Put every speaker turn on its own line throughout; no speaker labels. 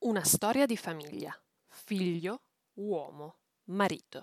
Una storia di famiglia. Figlio, uomo, marito.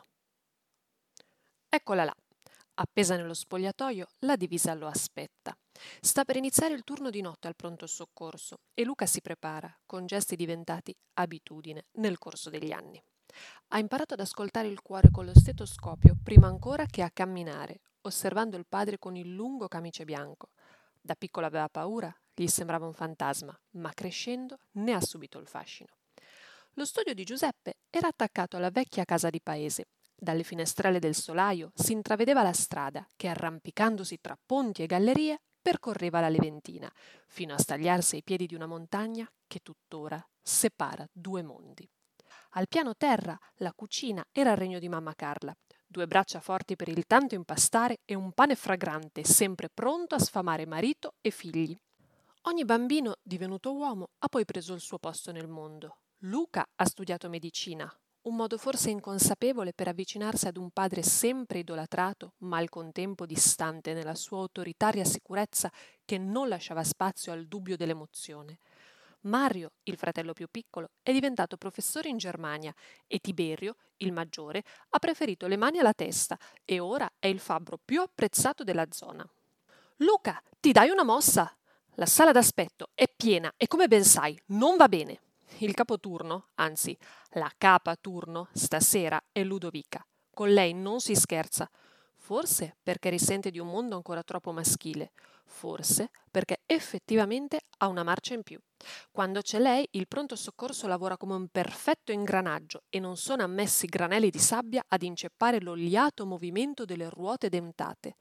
Eccola là. Appesa nello spogliatoio, la divisa lo aspetta. Sta per iniziare il turno di notte al pronto soccorso e Luca si prepara, con gesti diventati abitudine nel corso degli anni. Ha imparato ad ascoltare il cuore con lo stetoscopio prima ancora che a camminare, osservando il padre con il lungo camice bianco. Da piccolo aveva paura, gli sembrava un fantasma, ma crescendo ne ha subito il fascino. Lo studio di Giuseppe era attaccato alla vecchia casa di paese. Dalle finestrelle del solaio si intravedeva la strada che, arrampicandosi tra ponti e gallerie, percorreva la Leventina, fino a stagliarsi ai piedi di una montagna che tuttora separa due mondi. Al piano terra, la cucina era il regno di mamma Carla, due braccia forti per il tanto impastare e un pane fragrante, sempre pronto a sfamare marito e figli. Ogni bambino, divenuto uomo, ha poi preso il suo posto nel mondo. Luca ha studiato medicina, un modo forse inconsapevole per avvicinarsi ad un padre sempre idolatrato, ma al contempo distante nella sua autoritaria sicurezza che non lasciava spazio al dubbio dell'emozione. Mario, il fratello più piccolo, è diventato professore in Germania e Tiberio, il maggiore, ha preferito le mani alla testa e ora è il fabbro più apprezzato della zona. Luca, ti dai una mossa? La sala d'aspetto è piena e come ben sai, non va bene. Il capoturno, anzi, la capa turno, stasera è Ludovica. Con lei non si scherza. Forse perché risente di un mondo ancora troppo maschile, forse perché effettivamente ha una marcia in più. Quando c'è lei, il pronto soccorso lavora come un perfetto ingranaggio e non sono ammessi granelli di sabbia ad inceppare l'oliato movimento delle ruote dentate.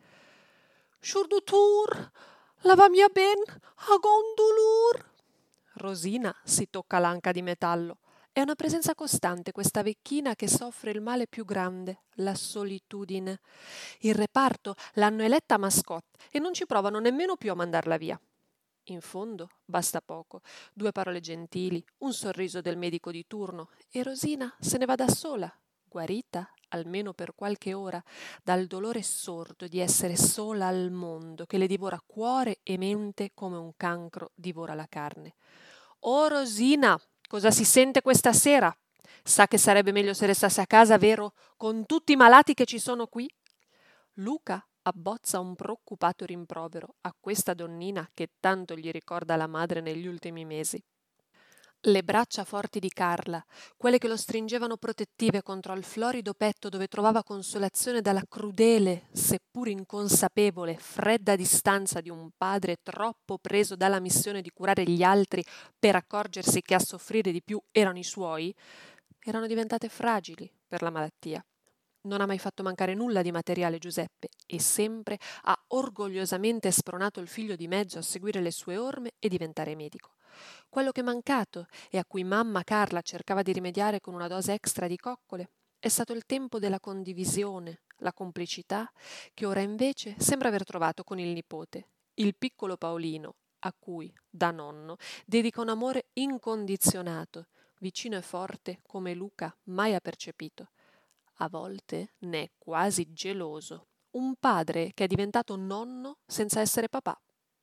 Schurdutur, la mia ben, a gondulur. Rosina si tocca l'anca di metallo. È una presenza costante questa vecchina che soffre il male più grande, la solitudine. Il reparto l'hanno eletta mascotte e non ci provano nemmeno più a mandarla via. In fondo basta poco, 2 parole gentili, un sorriso del medico di turno e Rosina se ne va da sola, guarita, almeno per qualche ora, dal dolore sordo di essere sola al mondo che le divora cuore e mente come un cancro divora la carne. «Oh Rosina, cosa si sente questa sera? Sa che sarebbe meglio se restasse a casa, vero? Con tutti i malati che ci sono qui?» Luca abbozza un preoccupato rimprovero a questa donnina che tanto gli ricorda la madre negli ultimi mesi. Le braccia forti di Carla, quelle che lo stringevano protettive contro il florido petto dove trovava consolazione dalla crudele, seppur inconsapevole, fredda distanza di un padre troppo preso dalla missione di curare gli altri per accorgersi che a soffrire di più erano i suoi, erano diventate fragili per la malattia. Non ha mai fatto mancare nulla di materiale Giuseppe e sempre ha orgogliosamente spronato il figlio di mezzo a seguire le sue orme e diventare medico. Quello che è mancato e a cui mamma Carla cercava di rimediare con una dose extra di coccole è stato il tempo della condivisione, la complicità, che ora invece sembra aver trovato con il nipote, il piccolo Paolino, a cui, da nonno, dedica un amore incondizionato, vicino e forte come Luca mai ha percepito. A volte ne è quasi geloso. Un padre che è diventato nonno senza essere papà.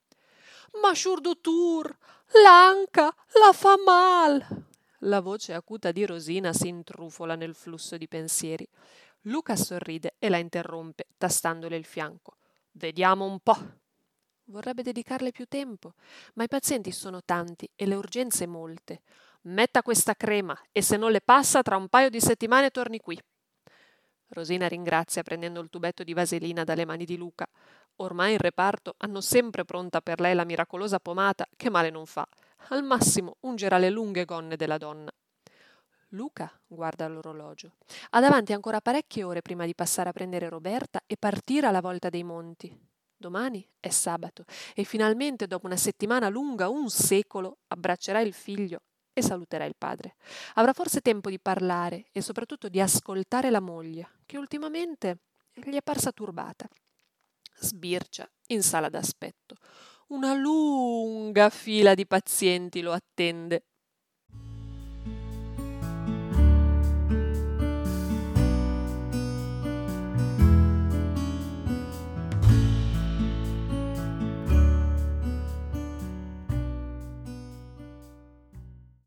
«Ma Schurdutur, l'anca, la fa mal!» La voce acuta di Rosina si intrufola nel flusso di pensieri. Luca sorride e la interrompe, tastandole il fianco. «Vediamo un po'!» Vorrebbe dedicarle più tempo, ma i pazienti sono tanti e le urgenze molte. «Metta questa crema e se non le passa tra un paio di settimane torni qui!» Rosina ringrazia prendendo il tubetto di vaselina dalle mani di Luca. Ormai in reparto hanno sempre pronta per lei la miracolosa pomata che male non fa. Al massimo ungerà le lunghe gonne della donna. Luca guarda l'orologio. Ha davanti ancora parecchie ore prima di passare a prendere Roberta e partire alla volta dei monti. Domani è sabato e finalmente, dopo una settimana lunga, un secolo, abbraccerà il figlio e saluterà il padre. Avrà forse tempo di parlare e soprattutto di ascoltare la moglie, che ultimamente gli è parsa turbata. Sbircia in sala d'aspetto. Una lunga fila di pazienti lo attende.